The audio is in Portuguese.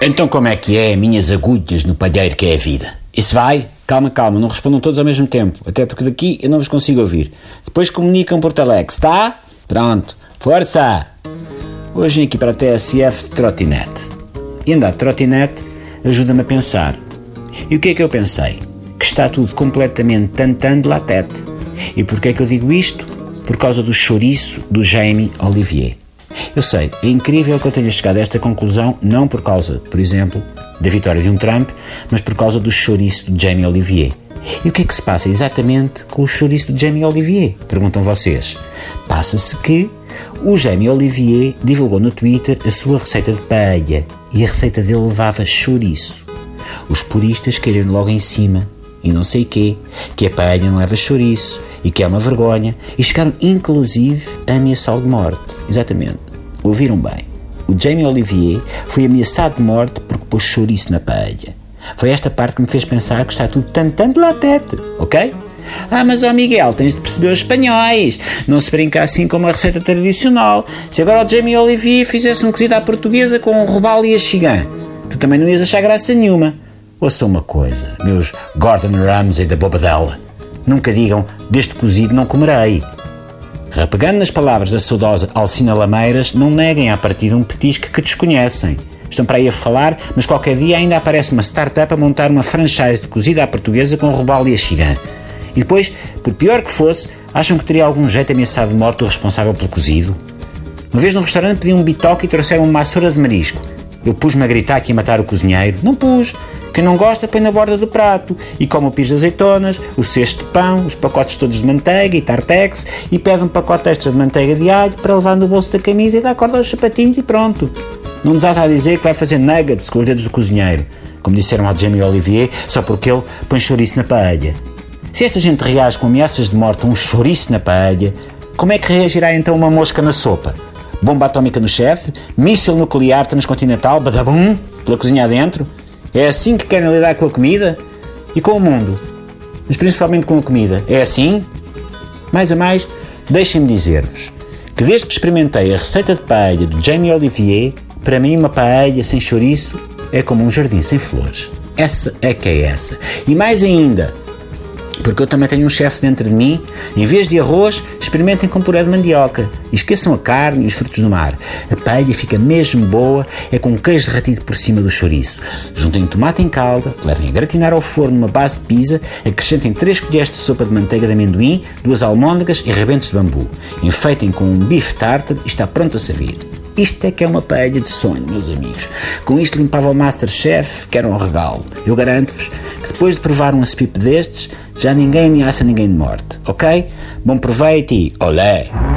Então como é que é, minhas agulhas no palheiro que é a vida? Isso vai? Calma, não respondam todos ao mesmo tempo, até porque daqui eu não vos consigo ouvir. Depois comunicam por telex, tá? Pronto, força! Hoje vim aqui para a TSF de trotinete. E andar de trotinete ajuda-me a pensar. E o que é que eu pensei? Que está tudo completamente tan de latete. E porquê é que eu digo isto? Por causa do chouriço do Jamie Olivier. Eu sei, é incrível que eu tenha chegado a esta conclusão, não por causa, por exemplo, da vitória de um Trump, mas por causa do chouriço do Jamie Olivier. E o que é que se passa exatamente com o chouriço do Jamie Olivier? Perguntam vocês. Passa-se que o Jamie Olivier divulgou no Twitter a sua receita de paella e a receita dele levava chouriço. Os puristas caíram logo em cima e não sei quê, que a paella não leva chouriço e que é uma vergonha, e chegaram inclusive a ameaçá-lo de morte. Exatamente. Ouviram bem. O Jamie Olivier foi ameaçado de morte porque pôs chouriço na paella. Foi esta parte que me fez pensar que está tudo tan de latete, ok? Mas Miguel, tens de perceber os espanhóis. Não se brinca assim com uma receita tradicional. Se agora o Jamie Olivier fizesse um cozido à portuguesa com um robalo e a chigã, tu também não ias achar graça nenhuma. Ouça uma coisa, meus Gordon Ramsay da Bobadela. Nunca digam, deste cozido não comerei. Repegando nas palavras da saudosa Alcina Lameiras, não neguem à partida um petisco que desconhecem. Estão para aí a falar, mas qualquer dia ainda aparece uma startup a montar uma franchise de cozida à portuguesa com robalo e a chigã. E depois, por pior que fosse, acham que teria algum jeito ameaçado de morte o responsável pelo cozido? Uma vez num restaurante pedi um bitoque e trouxeram uma açora de marisco. Eu pus-me a gritar que ia matar o cozinheiro. Não pus. Quem não gosta põe na borda do prato e come o pis de azeitonas, o cesto de pão, os pacotes todos de manteiga e tartex e pede um pacote extra de manteiga de alho para levar no bolso da camisa e dá corda aos sapatinhos e pronto. Não nos há a dizer que vai fazer nuggets com os dedos do cozinheiro, como disseram ao Jamie Olivier, só porque ele põe chouriço na paella. Se esta gente reage com ameaças de morte a um chouriço na paella, como é que reagirá então uma mosca na sopa? Bomba atómica no chefe? Míssil nuclear transcontinental? Badabum? Pela cozinha adentro? É assim que querem lidar com a comida? E com o mundo? Mas principalmente com a comida. É assim? Mais a mais, deixem-me dizer-vos que desde que experimentei a receita de paella do Jamie Olivier, para mim uma paella sem chouriço é como um jardim sem flores. Essa é que é essa. E mais ainda, porque eu também tenho um chefe dentro de mim, em vez de arroz, experimentem com puré de mandioca. E esqueçam a carne e os frutos do mar. A paella fica mesmo boa, é com queijo derretido por cima do chouriço. Juntem tomate em calda, levem a gratinar ao forno uma base de pizza, acrescentem 3 colheres de sopa de manteiga de amendoim, 2 almôndegas e rebentos de bambu. Enfeitem com um bife tartar e está pronto a servir. Isto é que é uma paella de sonho, meus amigos. Com isto limpava o Masterchef, que era um regalo. Eu garanto-vos que depois de provar um aspipe destes, já ninguém ameaça ninguém de morte, ok? Bom proveito e olé!